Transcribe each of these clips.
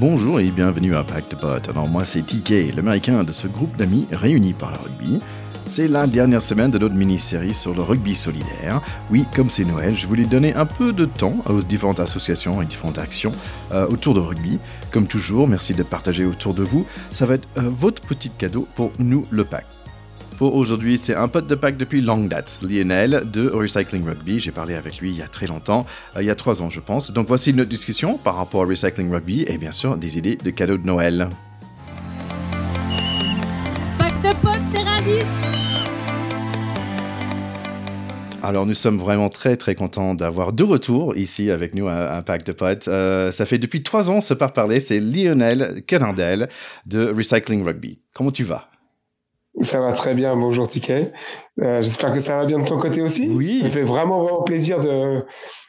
Bonjour et bienvenue à Pack de Potes. Alors moi c'est TK, l'américain de ce groupe d'amis réunis par le rugby. C'est la dernière semaine de notre mini-série sur le rugby solidaire. Oui, comme c'est Noël, je voulais donner un peu de temps aux différentes associations et différentes actions autour de rugby. Comme toujours, merci d'être partagé autour de vous. Ça va être votre petit cadeau pour nous, le Pack. Pour aujourd'hui, c'est un pote de Pack depuis longue date, Lionel de Recycling Rugby. J'ai parlé avec lui il y a très longtemps, il y a 3 ans je pense. Donc voici notre discussion par rapport à Recycling Rugby et bien sûr des idées de cadeaux de Noël. Pack de potes, terrain 10. Alors nous sommes vraiment très très contents d'avoir de retour ici avec nous à Pack de Potes. Ça fait depuis 3 ans, on se parle, c'est Lionel Canardel de Recycling Rugby. Comment tu vas ? Ça va très bien, bonjour Ticket. J'espère que ça va bien de ton côté aussi. Oui. Ça fait vraiment plaisir de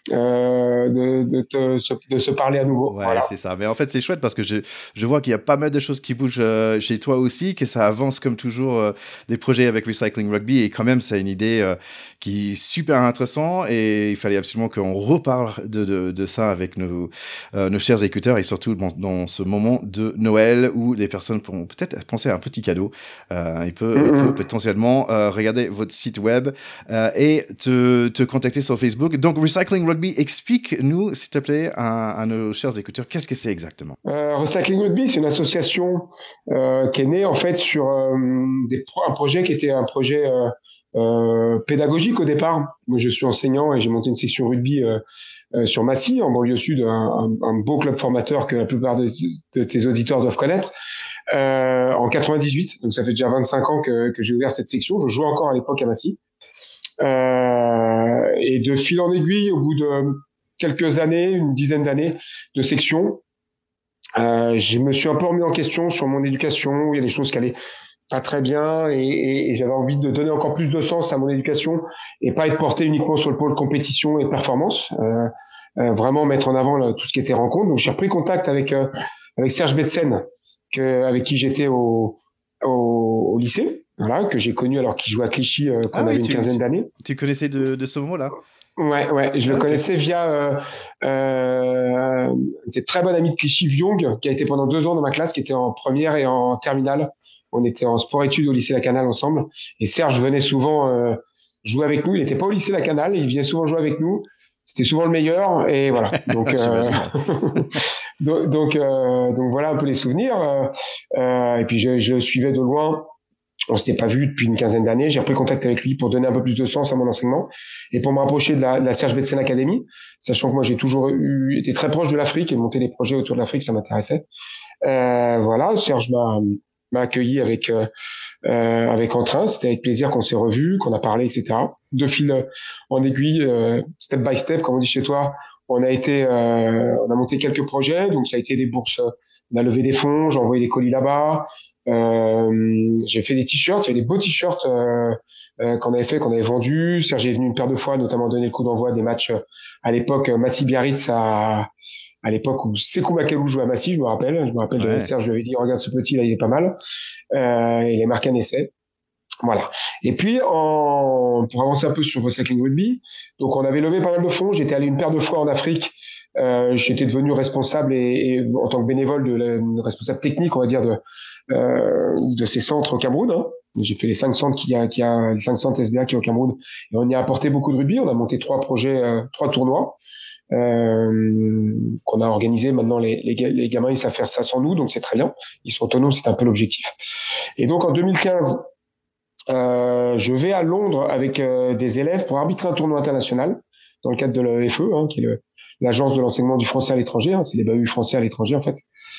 se parler à nouveau. Ouais, voilà. C'est ça. Mais en fait, c'est chouette parce que je vois qu'il y a pas mal de choses qui bougent chez toi aussi, que ça avance comme toujours des projets avec Recycling Rugby. Et quand même, c'est une idée qui est super intéressante et il fallait absolument qu'on reparle de ça avec nos chers écouteurs et surtout dans ce moment de Noël où les personnes pourront peut-être penser à un petit cadeau. Il peut potentiellement regarder votre site web et te contacter sur Facebook. Donc, Recycling Rugby, explique-nous, s'il te plaît, à nos chers écouteurs, qu'est-ce que c'est exactement ? Recycling Rugby, c'est une association qui est née en fait sur un projet qui était un projet pédagogique au départ. Moi, je suis enseignant et j'ai monté une section rugby sur Massy, en banlieue sud, un beau club formateur que la plupart de tes auditeurs doivent connaître. En 98, donc ça fait déjà 25 ans que j'ai ouvert cette section. Je jouais encore à l'époque à Massy. Et de fil en aiguille, au bout de quelques années, une dizaine d'années de section, je me suis un peu remis en question sur mon éducation. Il y a des choses qui allaient pas très bien et j'avais envie de donner encore plus de sens à mon éducation et pas être porté uniquement sur le pôle compétition et performance. Vraiment mettre en avant tout ce qui était rencontre. Donc j'ai repris contact avec Serge Betsen, avec qui j'étais au lycée, voilà, que j'ai connu alors qu'il jouait à Clichy quand on avait une quinzaine d'années. Tu connaissais de ce moment-là ? Ouais, je le connaissais via c'est très bon ami de Clichy, Viong, qui a été pendant 2 ans dans ma classe, qui était en première et en terminale. On était en sport-études au lycée La Canale ensemble. Et Serge venait souvent jouer avec nous. Il n'était pas au lycée La Canale, il venait souvent jouer avec nous. C'était souvent le meilleur et voilà. Donc donc voilà un peu les souvenirs. Et puis je le suivais de loin. On s'était pas vu depuis une quinzaine d'années. J'ai repris contact avec lui pour donner un peu plus de sens à mon enseignement et pour me rapprocher de la Serge Betsen Academy, sachant que moi j'ai toujours été très proche de l'Afrique et monter des projets autour de l'Afrique, ça m'intéressait. Voilà, Serge m'a accueilli avec entrain. C'était avec plaisir qu'on s'est revus, qu'on a parlé, etc. De fil en aiguille, step by step, comme on dit chez toi, on a monté quelques projets. Donc ça a été des bourses, on a levé des fonds, j'ai envoyé des colis là-bas. J'ai fait des t-shirts, il y avait des beaux t-shirts qu'on avait vendus. Serge est venu une paire de fois, notamment donner le coup d'envoi des matchs à l'époque Massy-Biarritz à l'époque où Sekou Makelou jouait à Massy, je me rappelle de Serge, je lui avais dit regarde ce petit là, il est pas mal. Il a marqué un essai. Voilà. Et puis, pour avancer un peu sur Recycling Rugby, donc on avait levé pas mal de fonds. J'étais allé une paire de fois en Afrique. J'étais devenu responsable et en tant que bénévole responsable technique, on va dire, de ces centres au Cameroun. Hein. J'ai fait les 5 centres les 5 centres SBA qui est au Cameroun. Et on y a apporté beaucoup de rugby. On a monté 3 projets, 3 tournois. Qu'on a organisé. Maintenant les gamins ils savent faire ça sans nous, donc c'est très bien, ils sont autonomes, c'est un peu l'objectif. Et donc en 2015 je vais à Londres avec des élèves pour arbitrer un tournoi international dans le cadre de l'AEFE, hein, qui est l'agence de l'enseignement du français à l'étranger, hein, c'est les bahuts français à l'étranger en fait.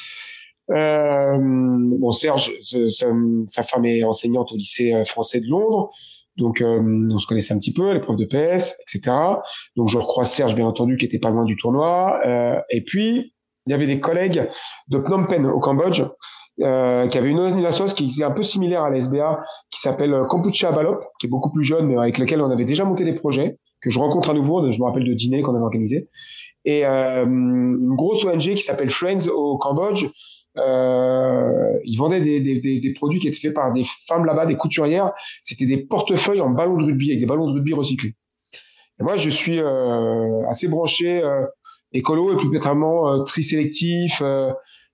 Bon, Serge, sa femme est enseignante au lycée français de Londres. Donc, on se connaissait un petit peu, l'épreuve de PS, etc. Donc, je recroise Serge, bien entendu, qui était pas loin du tournoi. Et puis, il y avait des collègues de Phnom Penh, au Cambodge, qui avaient une assoce qui est un peu similaire à la SBA, qui s'appelle Kombucha Balop, qui est beaucoup plus jeune, mais avec lequel on avait déjà monté des projets, que je rencontre à nouveau. Je me rappelle de dîner qu'on avait organisé. Et une grosse ONG qui s'appelle Friends au Cambodge, ils vendaient des produits qui étaient faits par des femmes là-bas, des couturières. C'était des portefeuilles en ballons de rugby, avec des ballons de rugby recyclés. Et moi, je suis assez branché écolo et plus particulièrement tri sélectif,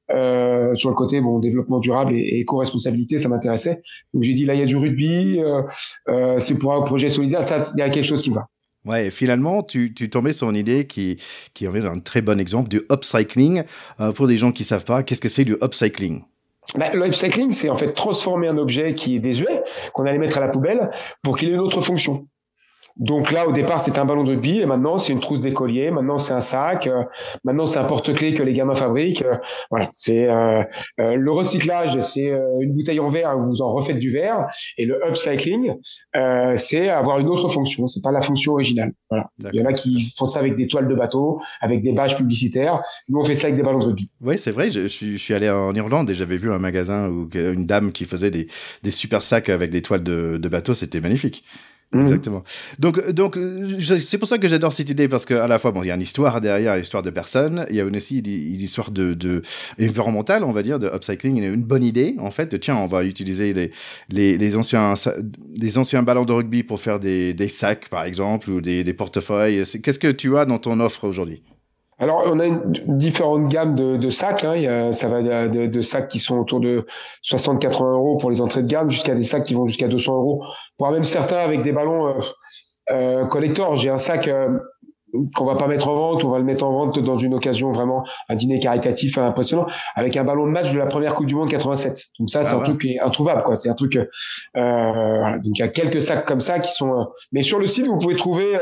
sur le côté développement durable et éco-responsabilité, ça m'intéressait. Donc j'ai dit là il y a du rugby, c'est pour un projet solidaire, ça il y a quelque chose qui me va. Ouais, et finalement, tu tombais sur une idée qui est un très bon exemple du upcycling. Pour des gens qui savent pas, qu'est-ce que c'est du upcycling? Le upcycling, c'est en fait transformer un objet qui est désuet, qu'on allait mettre à la poubelle, pour qu'il ait une autre fonction. Donc là, au départ, c'était un ballon de rugby, et maintenant, c'est une trousse d'écolier, maintenant, c'est un sac, maintenant, c'est un porte-clés que les gamins fabriquent. Voilà, c'est le recyclage, c'est une bouteille en verre, vous en refaites du verre, et le upcycling, c'est avoir une autre fonction, c'est pas la fonction originale. Voilà. D'accord. Il y en a qui font ça avec des toiles de bateau, avec des badges publicitaires. Nous, on fait ça avec des ballons de rugby. Oui, c'est vrai, je suis allé en Irlande et j'avais vu un magasin où une dame qui faisait des super sacs avec des toiles de bateau, c'était magnifique. Exactement. Donc, c'est pour ça que j'adore cette idée, parce qu'à la fois, il y a une histoire derrière, une histoire de personnes, il y a aussi une histoire de environnementale, on va dire, de upcycling, une bonne idée, en fait, de tiens, on va utiliser les anciens ballons de rugby pour faire des sacs, par exemple, ou des portefeuilles. Qu'est-ce que tu as dans ton offre aujourd'hui? Alors, on a différentes gammes de sacs. Ça va de sacs qui sont autour de 60-80 euros pour les entrées de gamme, jusqu'à des sacs qui vont jusqu'à 200 euros. Pour même certains avec des ballons collector. J'ai un sac qu'on va pas mettre en vente, on va le mettre en vente dans une occasion, vraiment un dîner caritatif impressionnant, avec un ballon de match de la première Coupe du Monde 87. Donc ça, c'est un truc qui est introuvable, quoi. C'est un truc. Voilà. Donc il y a quelques sacs comme ça qui sont. Mais sur le site, vous pouvez trouver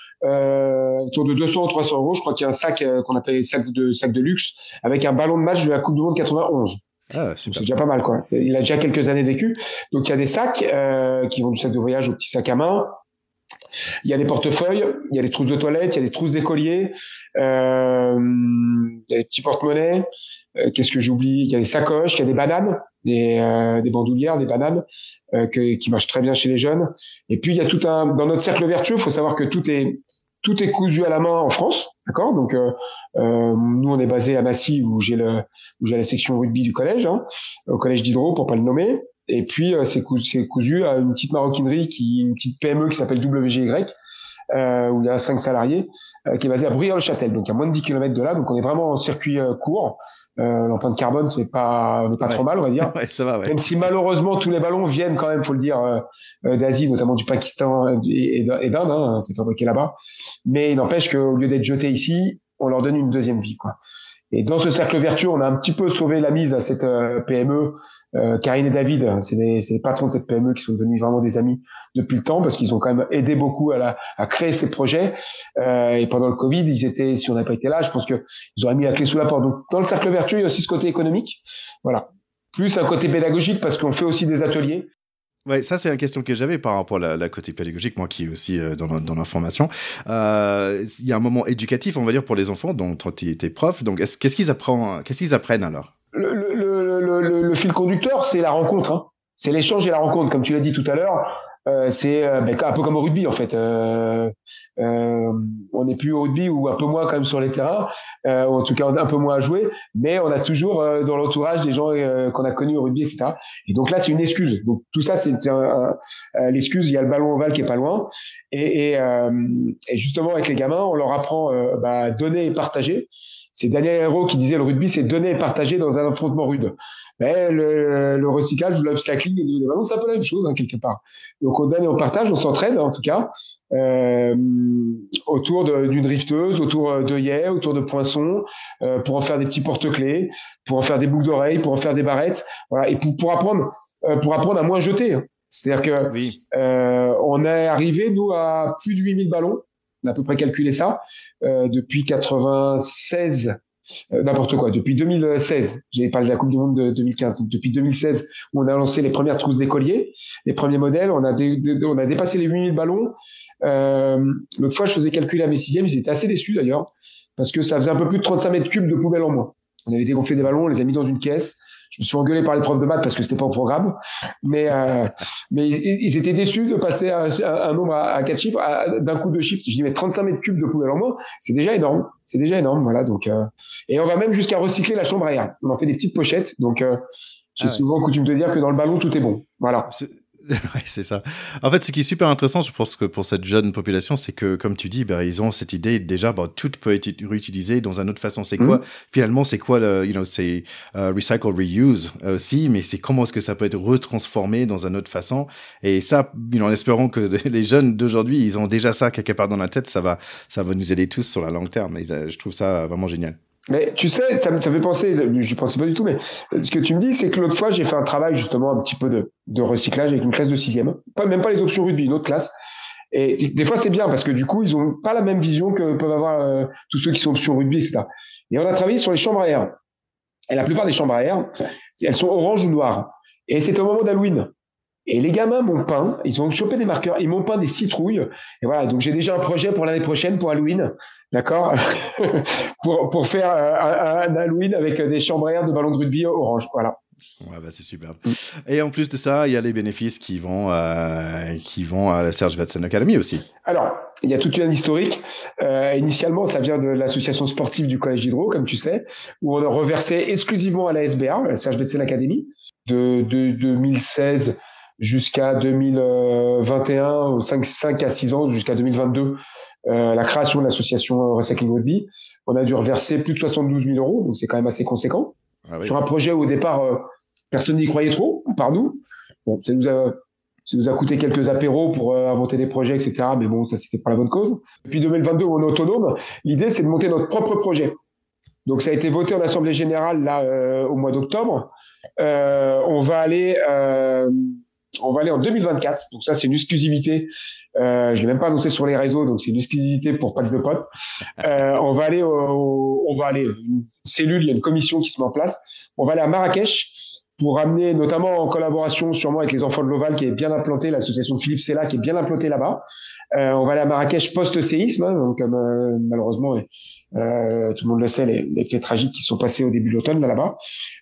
autour de 200 ou 300 euros. Je crois qu'il y a un sac qu'on appelle sac de luxe avec un ballon de match de la Coupe du Monde 91. Ah, super. C'est déjà pas mal, quoi. Il a déjà quelques années vécu. Donc il y a des sacs qui vont du sac de voyage au petit sac à main. Il y a des portefeuilles, il y a des trousses de toilette, il y a des trousses d'écoliers, il y a des petits porte-monnaies. Qu'est-ce que j'oublie? Il y a des sacoches, il y a des bananes, des bandoulières, des bananes qui marchent très bien chez les jeunes. Et puis il y a dans notre cercle vertueux, il faut savoir que tout est cousu à la main en France, d'accord? Donc nous on est basé à Massy où j'ai la section rugby du collège, au collège d'Hydro pour pas le nommer. Et puis c'est cousu à une petite maroquinerie une petite PME qui s'appelle WGY, où il y a 5 salariés, qui est basée à Bruyères-le-Châtel, donc à moins de 10 km de là. Donc on est vraiment en circuit court. L'empreinte carbone, on n'est pas trop mal, on va dire. Ouais, ça va, ouais. Même si malheureusement tous les ballons viennent quand même, faut le dire, d'Asie, notamment du Pakistan et d'Inde, c'est fabriqué là-bas. Mais il n'empêche qu'au lieu d'être jeté ici, on leur donne une deuxième vie, quoi. Et dans ce cercle vertueux, on a un petit peu sauvé la mise à cette PME. Karine et David, c'est les patrons de cette PME qui sont devenus vraiment des amis depuis le temps, parce qu'ils ont quand même aidé beaucoup à créer ces projets. Et pendant le Covid, si on n'avait pas été là, je pense qu'ils auraient mis la clé sous la porte. Donc, dans le cercle vertueux, il y a aussi ce côté économique. Voilà. Plus un côté pédagogique, parce qu'on fait aussi des ateliers. Ouais, ça c'est une question que j'avais par rapport à la côté pédagogique, moi qui est aussi dans l'information. Il y a un moment éducatif, on va dire, pour les enfants, dont tu es prof. Donc, qu'est-ce qu'ils apprennent alors? Le fil conducteur, c'est la rencontre. C'est l'échange et la rencontre, comme tu l'as dit tout à l'heure. C'est un peu comme au rugby en fait. On n'est plus au rugby ou un peu moins quand même sur les terrains, ou en tout cas un peu moins à jouer, mais on a toujours dans l'entourage des gens qu'on a connus au rugby, etc. Et donc là, c'est une excuse. Donc tout ça, c'est l'excuse. Il y a le ballon ovale qui est pas loin, et justement avec les gamins, on leur apprend donner et partager. C'est Daniel Hérault qui disait le rugby, c'est donner et partager dans un affrontement rude. Mais le recyclage ou l'upcycling des ballons, c'est un peu la même chose, quelque part. Donc on donne et on partage, on s'entraide en tout cas, autour d'une drifteuse, autour d'œillets, autour de poinçons, pour en faire des petits porte-clés, pour en faire des boucles d'oreilles, pour en faire des barrettes, voilà, et pour apprendre à moins jeter. C'est-à-dire que oui. On est arrivé, nous, à plus de 8000 ballons. On a à peu près calculé ça depuis 96, n'importe quoi, depuis 2016. J'avais parlé de la Coupe du Monde de 2015. Donc depuis 2016, où on a lancé les premières trousses d'écoliers, les premiers modèles, on a dépassé les 8000 ballons. L'autre fois, je faisais calculer à mes sixièmes, ils étaient assez déçus d'ailleurs, parce que ça faisait un peu plus de 35 mètres cubes de poubelle en moins. On avait dégonflé des ballons, on les a mis dans une caisse. Je me suis engueulé par les profs de maths parce que c'était pas au programme, mais ils étaient déçus de passer un nombre à 4 chiffres d'un coup de chiffre. Je dis mais 35 mètres cubes de poubelle en moins, c'est déjà énorme, voilà. Donc et on va même jusqu'à recycler la chambre à air. On en fait des petites pochettes, donc j'ai souvent coutume de dire que dans le ballon tout est bon, voilà. Ouais, c'est ça. En fait, ce qui est super intéressant, je pense que pour cette jeune population, c'est que, comme tu dis, ils ont cette idée déjà, tout peut être réutilisé dans une autre façon. C'est quoi, finalement, c'est quoi c'est recycle, reuse aussi, mais c'est comment est-ce que ça peut être retransformé dans une autre façon. Et ça, en espérant que les jeunes d'aujourd'hui, ils ont déjà ça quelque part dans la tête, ça va nous aider tous sur la longue terme. Et je trouve ça vraiment génial. Mais tu sais, ça me fait penser, je pensais pas du tout, mais ce que tu me dis, c'est que l'autre fois, j'ai fait un travail justement un petit peu de recyclage avec une classe de 6e. Même pas les options rugby, une autre classe. Et des fois, c'est bien parce que du coup, ils ont pas la même vision que peuvent avoir tous ceux qui sont options rugby, etc. Et on a travaillé sur les chambres à air. Et la plupart des chambres à air, elles sont orange ou noires. Et c'était au moment d'Halloween. Et les gamins m'ont peint, ils ont chopé des marqueurs, ils m'ont peint des citrouilles. Et voilà, donc j'ai déjà un projet pour l'année prochaine, pour Halloween, d'accord, pour faire un Halloween avec des chambres à air de ballons de rugby orange. Voilà. Ouais, c'est super. Et en plus de ça, il y a les bénéfices qui vont à la Serge Watson Academy aussi. Alors, il y a toute une historique. Initialement, ça vient de l'association sportive du Collège d'Hydro, comme tu sais, où on a reversé exclusivement à la SBA, la Serge Watson Academy, de 2016 jusqu'à 2021, 5 à 6 ans, jusqu'à 2022, la création de l'association Recycling Rugby. On a dû reverser plus de 72 000 €, donc c'est quand même assez conséquent. Ah oui. Sur un projet où au départ, personne n'y croyait trop, à part nous. Bon, ça nous a coûté quelques apéros pour inventer des projets, etc. Mais bon, ça, c'était pas la bonne cause. Depuis 2022, où on est autonome, l'idée, c'est de monter notre propre projet. Donc, ça a été voté en Assemblée Générale, là, au mois d'octobre. On va aller en 2024. Donc ça, c'est une exclusivité. Je l'ai même pas annoncé sur les réseaux, donc c'est une exclusivité pour Pack de Potes. On va aller une cellule, il y a une commission qui se met en place. On va aller à Marrakech pour amener, notamment en collaboration sûrement avec les enfants de l'Oval qui est bien implanté, l'association de Philippe Sella qui est bien implantée là-bas. On va aller à Marrakech post-séisme, hein, donc malheureusement, tout le monde le sait, les faits tragiques qui sont passés au début de l'automne là-bas,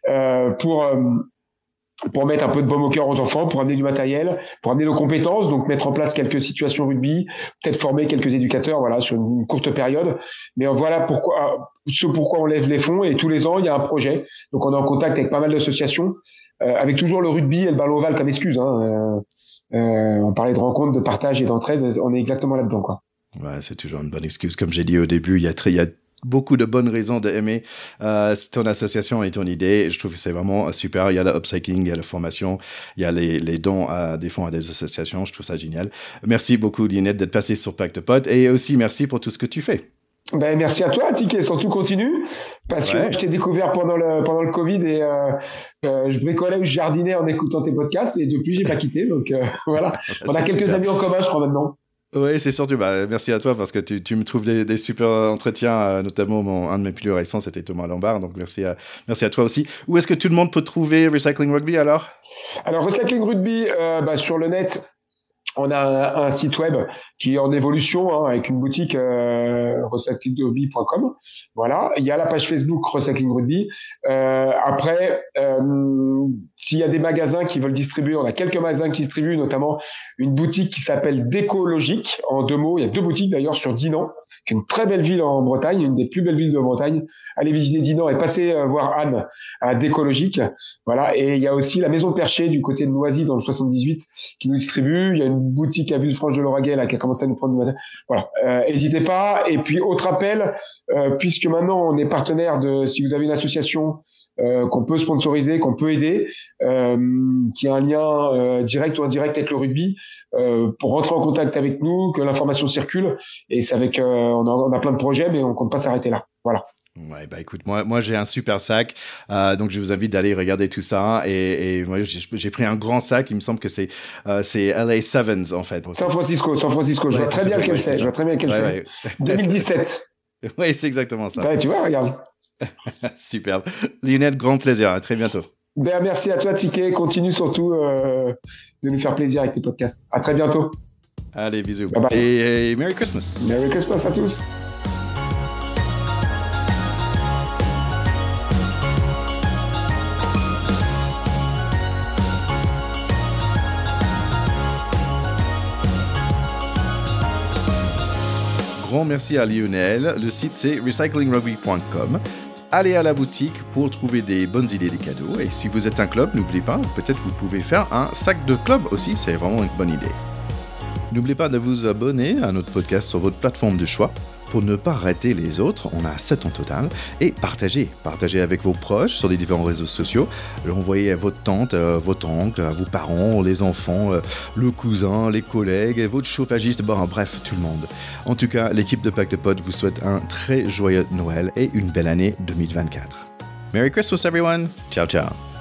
pour mettre un peu de baume au cœur aux enfants, pour amener du matériel, pour amener nos compétences, donc mettre en place quelques situations rugby, peut-être former quelques éducateurs, voilà, sur une courte période. Mais voilà pourquoi on lève les fonds, et tous les ans, il y a un projet. Donc, on est en contact avec pas mal d'associations, avec toujours le rugby et le ballon ovale comme excuse, hein. On parlait de rencontres, de partage et d'entraide, on est exactement là-dedans, quoi. Ouais, c'est toujours une bonne excuse. Comme j'ai dit au début, il y a beaucoup de bonnes raisons d'aimer ton association et ton idée. Je trouve que c'est vraiment super. Il y a l'upcycling, il y a la formation, il y a les dons à des fonds à des associations. Je trouve ça génial. Merci beaucoup, Lionel, d'être passé sur Pack de Potes, et aussi merci pour tout ce que tu fais. Ben, merci à toi, Ticket. Surtout continue, parce que je t'ai découvert pendant le Covid, et je bricolais ou je jardinais en écoutant tes podcasts, et depuis, j'ai pas quitté. Donc voilà. On a quelques amis en commun, je crois, maintenant. Oui, c'est surtout, merci à toi, parce que tu me trouves des super entretiens, notamment un de mes plus récents, c'était Thomas Lombard, donc merci à toi aussi. Où est-ce que tout le monde peut trouver Recycling Rugby alors ? Alors, Recycling Rugby, sur le net, on a un site web qui est en évolution, hein, avec une boutique recyclingrugby.com. Voilà, il y a la page Facebook Recycling Rugby. Après, s'il y a des magasins qui veulent distribuer, on a quelques magasins qui distribuent, notamment une boutique qui s'appelle Décologique, en 2 mots. Il y a 2 boutiques d'ailleurs sur Dinan, qui est une très belle ville en Bretagne, une des plus belles villes de Bretagne. Allez visiter Dinan et passez voir Anne à Décologique. Voilà, et il y a aussi la Maison Perchée du côté de Noisy dans le 78 qui nous distribue. Il y a une boutique à Villefranche-de-Lauragais là qui a commencé à nous prendre du matin. Voilà, n'hésitez pas. Et puis autre appel, puisque maintenant on est partenaire si vous avez une association qu'on peut sponsoriser, qu'on peut aider, qui a un lien direct ou indirect avec le rugby, pour rentrer en contact avec nous, que l'information circule. Et c'est avec on a plein de projets, mais on compte pas s'arrêter là. Voilà. Ouais, écoute, moi j'ai un super sac, donc je vous invite d'aller regarder tout ça, et moi j'ai pris un grand sac, il me semble que c'est LA Sevens en fait. San Francisco, je vois très bien lequel c'est, 2017. Oui, c'est exactement ça. Ouais, tu vois, regarde. Superbe. Lionel, grand plaisir, à très bientôt. Ben, merci à toi, Ticket, continue surtout de nous faire plaisir avec tes podcasts. À très bientôt. Allez, bisous. Bye bye. Et Merry Christmas. Merry Christmas à tous. Grand merci à Lionel. Le site c'est recyclingrugby.com. allez à la boutique pour trouver des bonnes idées de cadeaux. Et si vous êtes un club, n'oubliez pas, peut-être vous pouvez faire un sac de club aussi, c'est vraiment une bonne idée. N'oubliez pas de vous abonner à notre podcast sur votre plateforme de choix pour ne pas rater les autres. On a 7 en total. Et partagez avec vos proches sur les différents réseaux sociaux. L'envoyez à votre tante, votre oncle, à vos parents, les enfants, le cousin, les collègues, votre chauffagiste, bref, tout le monde. En tout cas, l'équipe de Pacte Pod vous souhaite un très joyeux Noël et une belle année 2024. Merry Christmas everyone! Ciao ciao!